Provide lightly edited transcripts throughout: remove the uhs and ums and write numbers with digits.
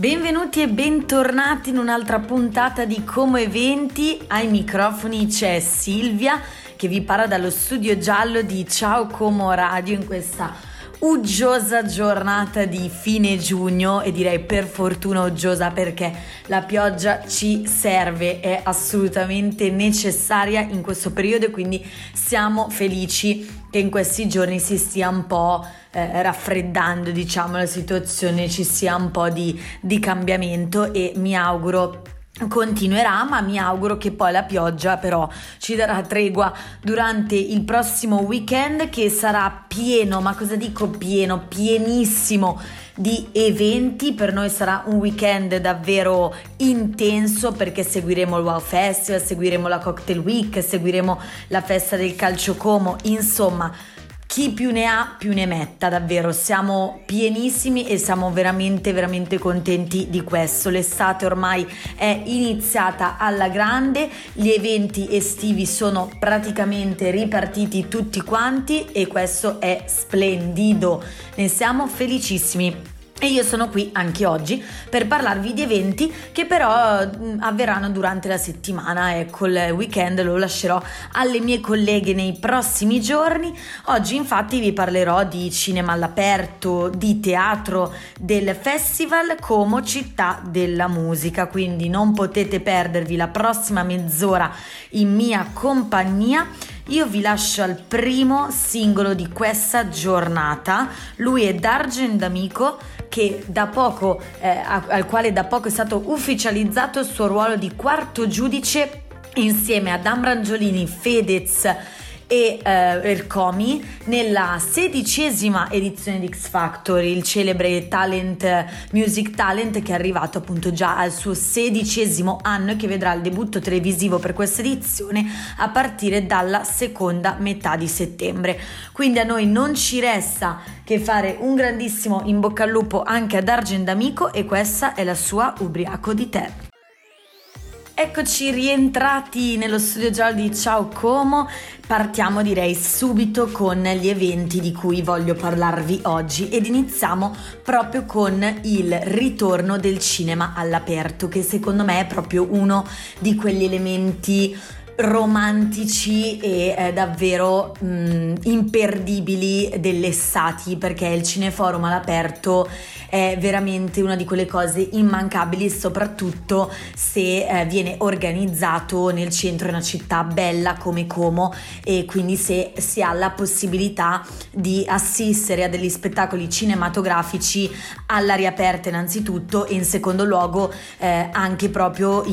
Benvenuti e bentornati in un'altra puntata di Como Eventi. Ai microfoni c'è Silvia che vi parla dallo studio giallo di Ciao Como Radio in questa uggiosa giornata di fine giugno, e direi per fortuna uggiosa perché la pioggia ci serve, è assolutamente necessaria in questo periodo, e quindi siamo felici che in questi giorni si stia un po' raffreddando, diciamo, la situazione, ci sia un po' di cambiamento, e mi auguro continuerà, ma mi auguro che poi la pioggia però ci darà tregua durante il prossimo weekend, che sarà pieno, ma cosa dico pieno? Pienissimo di eventi. Per noi sarà un weekend davvero intenso perché seguiremo il Wow Festival, seguiremo la Cocktail Week, seguiremo la festa del Calcio Como, insomma chi più ne ha più ne metta, davvero siamo pienissimi e siamo veramente contenti di questo. L'estate ormai è iniziata alla grande, gli eventi estivi sono praticamente ripartiti tutti quanti e questo è splendido, ne siamo felicissimi. E io sono qui anche oggi per parlarvi di eventi che però avverranno durante la settimana. Ecco, il weekend lo lascerò alle mie colleghe nei prossimi giorni. Oggi infatti vi parlerò di cinema all'aperto, di teatro, del festival Como Città della Musica, quindi non potete perdervi la prossima mezz'ora in mia compagnia. Io vi lascio al primo singolo di questa giornata. Lui è D'Argent D'Amico, che da poco al quale da poco è stato ufficializzato il suo ruolo di quarto giudice insieme ad Amrangiolini, Fedez e Ercomi nella 16ª edizione di X Factor, il celebre music talent che è arrivato appunto già al suo 16° anno e che vedrà il debutto televisivo per questa edizione a partire dalla seconda metà di settembre. Quindi a noi non ci resta che fare un grandissimo in bocca al lupo anche ad D'Argent D'Amico, e questa è la sua Ubriaco di te. Eccoci rientrati nello studio giallo di Ciao Como. Partiamo direi subito con gli eventi di cui voglio parlarvi oggi, ed iniziamo proprio con il ritorno del cinema all'aperto, che secondo me è proprio uno di quegli elementi romantici e davvero imperdibili delle estati, perché il cineforum all'aperto è veramente una di quelle cose immancabili, soprattutto se viene organizzato nel centro di una città bella come Como, e quindi se si ha la possibilità di assistere a degli spettacoli cinematografici all'aria aperta innanzitutto, e in secondo luogo anche proprio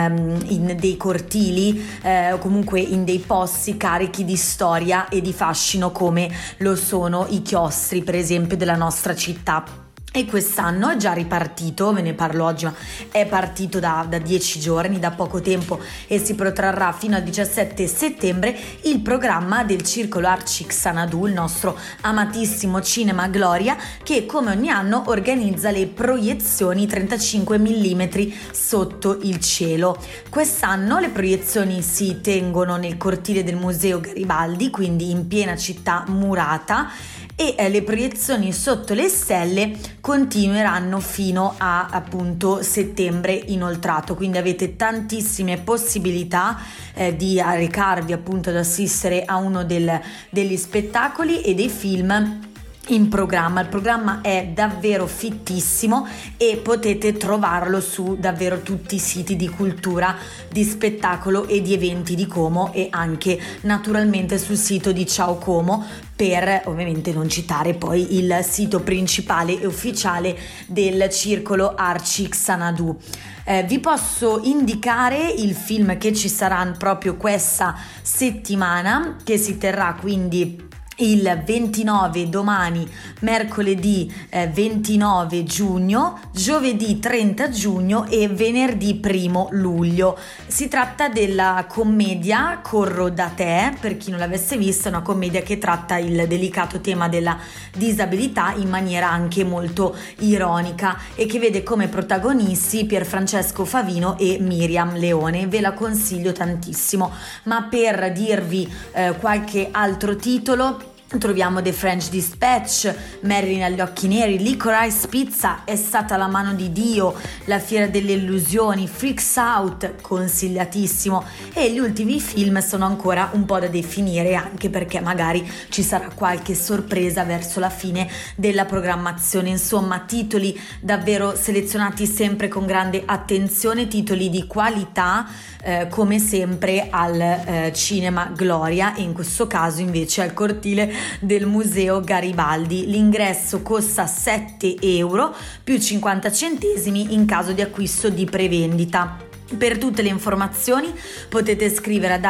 in dei cortili o comunque in dei posti carichi di storia e di fascino come lo sono i chiostri, per esempio, della nostra città. E quest'anno è già ripartito, ve ne parlo oggi, ma è partito da 10 giorni, da poco tempo, e si protrarrà fino al 17 settembre il programma del Circolo Arci Xanadu, il nostro amatissimo Cinema Gloria, che come ogni anno organizza le proiezioni 35 mm sotto il cielo. Quest'anno le proiezioni si tengono nel cortile del Museo Garibaldi, quindi in piena città murata, e le proiezioni sotto le stelle continueranno fino a appunto settembre inoltrato, quindi avete tantissime possibilità di recarvi appunto ad assistere a uno degli spettacoli e dei film in programma. Il programma è davvero fittissimo e potete trovarlo su davvero tutti i siti di cultura, di spettacolo e di eventi di Como, e anche naturalmente sul sito di Ciao Como, per ovviamente non citare poi il sito principale e ufficiale del Circolo Arci Xanadu. Vi posso indicare il film che ci sarà proprio questa settimana, che si terrà quindi il 29 domani, mercoledì 29 giugno, giovedì 30 giugno e venerdì 1 luglio. Si tratta della commedia Corro da te, per chi non l'avesse vista, è una commedia che tratta il delicato tema della disabilità in maniera anche molto ironica e che vede come protagonisti Pierfrancesco Favino e Miriam Leone. Ve la consiglio tantissimo, ma per dirvi qualche altro titolo, troviamo The French Dispatch, Marilyn agli occhi neri, Licorice Pizza, È stata la mano di Dio, La fiera delle illusioni, Freaks Out, consigliatissimo, e gli ultimi film sono ancora un po' da definire, anche perché magari ci sarà qualche sorpresa verso la fine della programmazione. Insomma, titoli davvero selezionati sempre con grande attenzione, titoli di qualità, come sempre al Cinema Gloria, e in questo caso invece al cortile del Museo Garibaldi. L'ingresso costa 7 euro più 50 centesimi in caso di acquisto di prevendita. Per tutte le informazioni potete scrivere a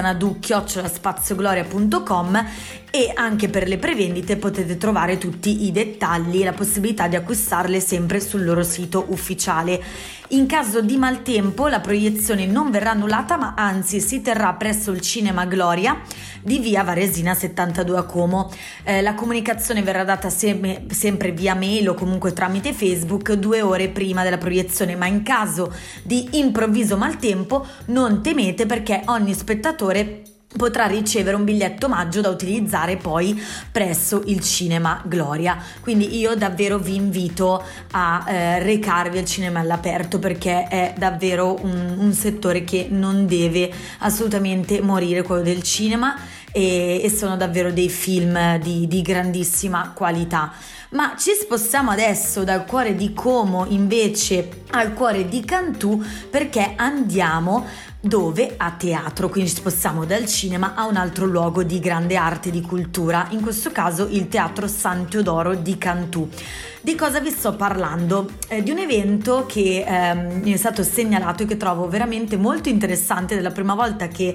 darcixanadu@spaziogloria.com, e anche per le prevendite potete trovare tutti i dettagli e la possibilità di acquistarle sempre sul loro sito ufficiale. In caso di maltempo la proiezione non verrà annullata, ma anzi si terrà presso il Cinema Gloria di via Varesina 72 a Como. La comunicazione verrà data sempre via mail o comunque tramite Facebook 2 ore prima della proiezione, ma in caso di improvviso maltempo non temete, perché ogni spettatore potrà ricevere un biglietto omaggio da utilizzare poi presso il Cinema Gloria. Quindi io davvero vi invito a recarvi al cinema all'aperto, perché è davvero un settore che non deve assolutamente morire, quello del cinema, e sono davvero dei film di grandissima qualità. Ma ci spostiamo adesso dal cuore di Como invece al cuore di Cantù, perché andiamo dove? A teatro. Quindi ci spostiamo dal cinema a un altro luogo di grande arte e di cultura, in questo caso il Teatro San Teodoro di Cantù. Di cosa vi sto parlando? Di un evento che mi è stato segnalato e che trovo veramente molto interessante. È la prima volta che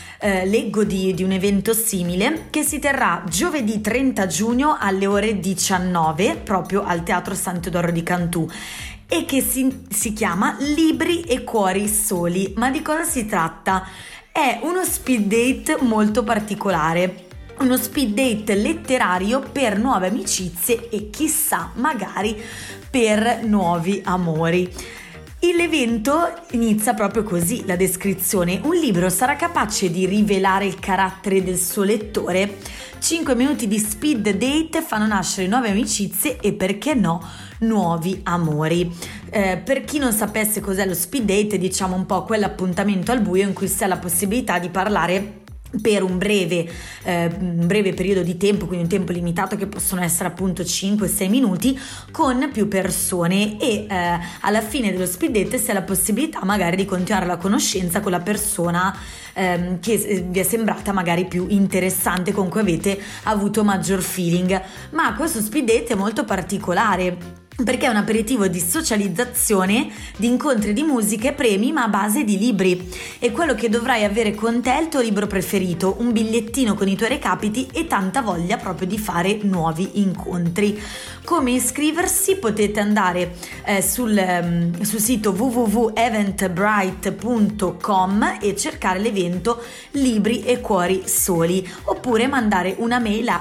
leggo di un evento simile, che si terrà giovedì 30 giugno alle ore 19 proprio al Teatro San Teodoro di Cantù, e che si chiama Libri e cuori soli. Ma di cosa si tratta? È uno speed date molto particolare, uno speed date letterario per nuove amicizie e chissà, magari per nuovi amori. L'evento inizia proprio così, la descrizione: un libro sarà capace di rivelare il carattere del suo lettore? 5 minuti di speed date fanno nascere nuove amicizie e, perché no, nuovi amori. Per chi non sapesse cos'è lo speed date, diciamo un po' quell'appuntamento al buio in cui si ha la possibilità di parlare per un breve periodo di tempo, quindi un tempo limitato, che possono essere appunto 5-6 minuti, con più persone, e alla fine dello speed date si ha la possibilità magari di continuare la conoscenza con la persona che vi è sembrata magari più interessante, con cui avete avuto maggior feeling. Ma questo speed date è molto particolare, perché è un aperitivo di socializzazione, di incontri di musica e premi, ma a base di libri. E quello che dovrai avere con te è il tuo libro preferito, un bigliettino con i tuoi recapiti e tanta voglia proprio di fare nuovi incontri. Come iscriversi? Potete andare sul sito www.eventbrite.com e cercare l'evento Libri e cuori soli, oppure mandare una mail a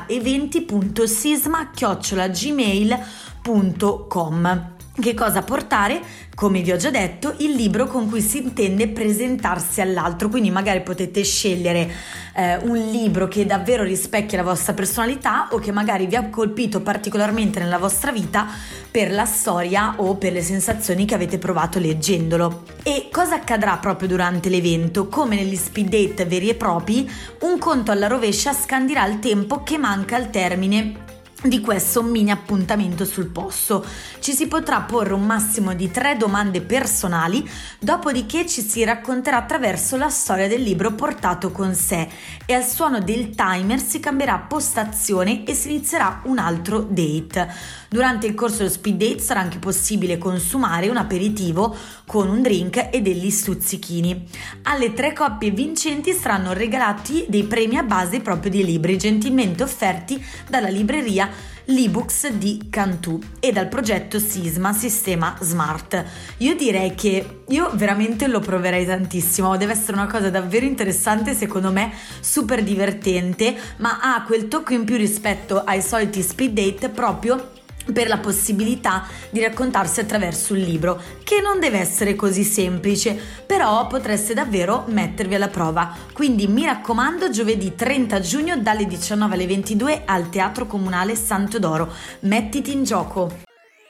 eventi.sisma@gmail.com. Che cosa portare? Come vi ho già detto, il libro con cui si intende presentarsi all'altro, quindi magari potete scegliere un libro che davvero rispecchia la vostra personalità, o che magari vi ha colpito particolarmente nella vostra vita per la storia o per le sensazioni che avete provato leggendolo. E cosa accadrà proprio durante l'evento? Come negli speed date veri e propri, un conto alla rovescia scandirà il tempo che manca al termine di questo mini appuntamento sul posto. Ci si potrà porre un massimo di 3 domande personali, dopodiché ci si racconterà attraverso la storia del libro portato con sé, e al suono del timer si cambierà postazione e si inizierà un altro date. Durante il corso dello speed date sarà anche possibile consumare un aperitivo con un drink e degli stuzzichini. Alle 3 coppie vincenti saranno regalati dei premi a base proprio di libri, gentilmente offerti dalla libreria Libooks di Cantù e dal progetto Sisma Sistema Smart. Io direi che io veramente lo proverei tantissimo, deve essere una cosa davvero interessante, secondo me super divertente, ma ha quel tocco in più rispetto ai soliti speed date proprio per la possibilità di raccontarsi attraverso un libro, che non deve essere così semplice, però potreste davvero mettervi alla prova. Quindi mi raccomando, giovedì 30 giugno dalle 19 alle 22 al Teatro Comunale Santo d'Oro. Mettiti in gioco!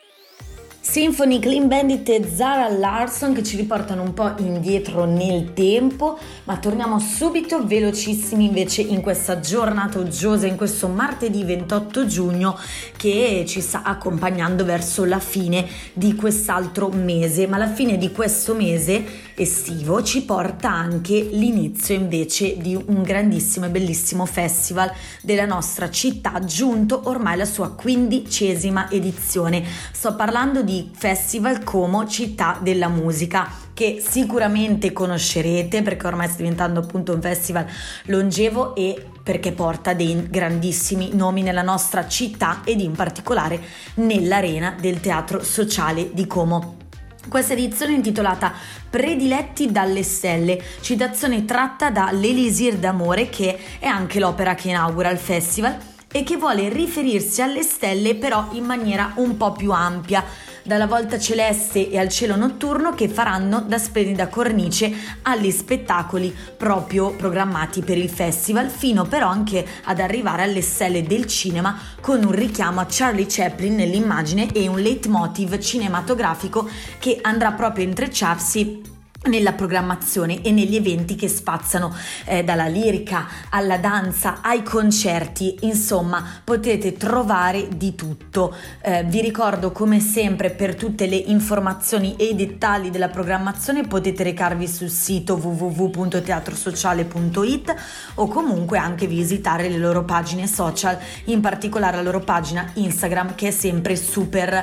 Symphony, Clean Bandit e Zara Larsson che ci riportano un po' indietro nel tempo, ma torniamo subito velocissimi invece in questa giornata uggiosa, in questo martedì 28 giugno che ci sta accompagnando verso la fine di quest'altro mese, ma la fine di questo mese estivo ci porta anche l'inizio invece di un grandissimo e bellissimo festival della nostra città, giunto ormai alla sua 15ª edizione. Sto parlando di Festival Como Città della Musica, che sicuramente conoscerete perché ormai sta diventando appunto un festival longevo e perché porta dei grandissimi nomi nella nostra città ed in particolare nell'arena del Teatro Sociale di Como. Questa edizione è intitolata Prediletti dalle stelle, citazione tratta da L'Elisir d'amore, che è anche l'opera che inaugura il festival e che vuole riferirsi alle stelle però in maniera un po' più ampia, dalla volta celeste e al cielo notturno che faranno da splendida cornice agli spettacoli proprio programmati per il festival, fino però anche ad arrivare alle stelle del cinema con un richiamo a Charlie Chaplin nell'immagine e un leitmotiv cinematografico che andrà proprio a intrecciarsi nella programmazione e negli eventi che spaziano dalla lirica alla danza ai concerti. Insomma, potete trovare di tutto. Vi ricordo come sempre, per tutte le informazioni e i dettagli della programmazione potete recarvi sul sito www.teatrosociale.it o comunque anche visitare le loro pagine social, in particolare la loro pagina Instagram, che è sempre super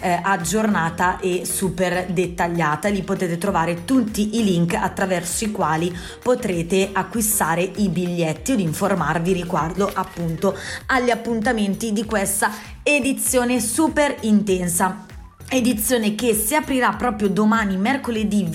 aggiornata e super dettagliata. Lì potete trovare tutti i link attraverso i quali potrete acquistare i biglietti o informarvi riguardo appunto agli appuntamenti di questa edizione super intensa. Edizione che si aprirà proprio domani, mercoledì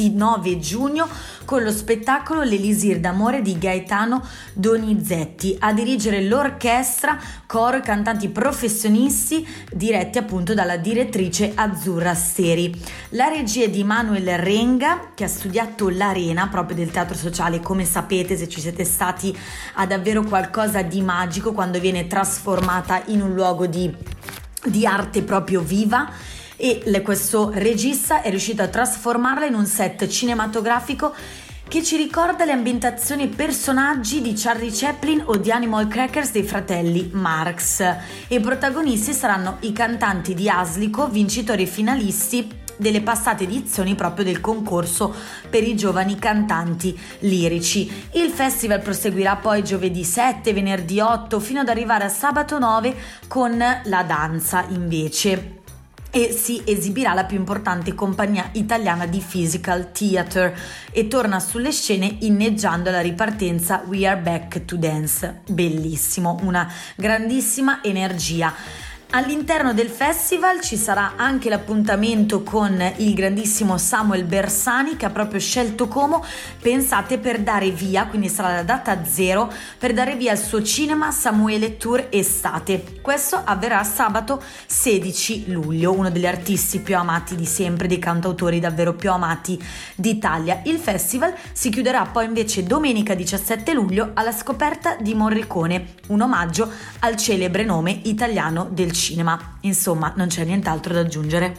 29 giugno, con lo spettacolo L'Elisir d'amore di Gaetano Donizetti. A dirigere l'orchestra, coro e cantanti professionisti diretti appunto dalla direttrice Azzurra Steri. La regia è di Manuel Renga, che ha studiato l'arena proprio del Teatro Sociale. Come sapete, se ci siete stati, ha davvero qualcosa di magico quando viene trasformata in un luogo di arte proprio viva, e questo regista è riuscito a trasformarla in un set cinematografico che ci ricorda le ambientazioni e personaggi di Charlie Chaplin o di Animal Crackers dei fratelli Marx, e i protagonisti saranno i cantanti di Aslico, vincitori e finalisti delle passate edizioni proprio del concorso per i giovani cantanti lirici. Il festival proseguirà poi giovedì 7, venerdì 8 fino ad arrivare a sabato 9 con la danza invece, e si esibirà la più importante compagnia italiana di physical theater e torna sulle scene inneggiando la ripartenza We Are Back to Dance. Bellissimo, una grandissima energia. All'interno del festival ci sarà anche l'appuntamento con il grandissimo Samuel Bersani, che ha proprio scelto Como, pensate, per dare via, quindi sarà la data 0, per dare via al suo Cinema Samuele Tour Estate. Questo avverrà sabato 16 luglio, uno degli artisti più amati di sempre, dei cantautori davvero più amati d'Italia. Il festival si chiuderà poi invece domenica 17 luglio alla scoperta di Morricone, un omaggio al celebre nome italiano del cinema. Insomma, non c'è nient'altro da aggiungere.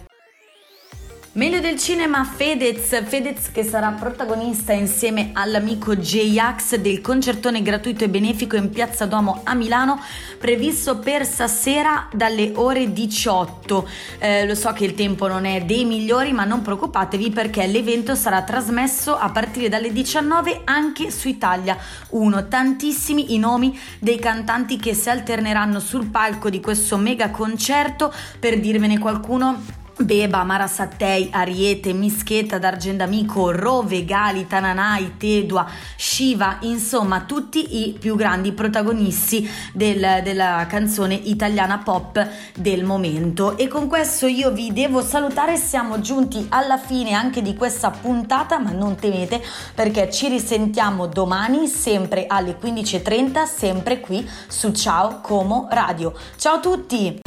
Meglio del cinema, Fedez che sarà protagonista insieme all'amico J-Ax del concertone gratuito e benefico in Piazza Duomo a Milano, previsto per stasera dalle ore 18. Lo so che il tempo non è dei migliori, ma non preoccupatevi perché l'evento sarà trasmesso a partire dalle 19 anche su Italia 1. Tantissimi i nomi dei cantanti che si alterneranno sul palco di questo mega concerto. Per dirvene qualcuno: Beba, Mara Sattei, Ariete, Mischeta, D'Argendamico, Rove, Gali, Tananai, Tedua, Shiva, insomma tutti i più grandi protagonisti della canzone italiana pop del momento. E con questo io vi devo salutare, siamo giunti alla fine anche di questa puntata, ma non temete perché ci risentiamo domani sempre alle 15:30, sempre qui su Ciao Como Radio. Ciao a tutti!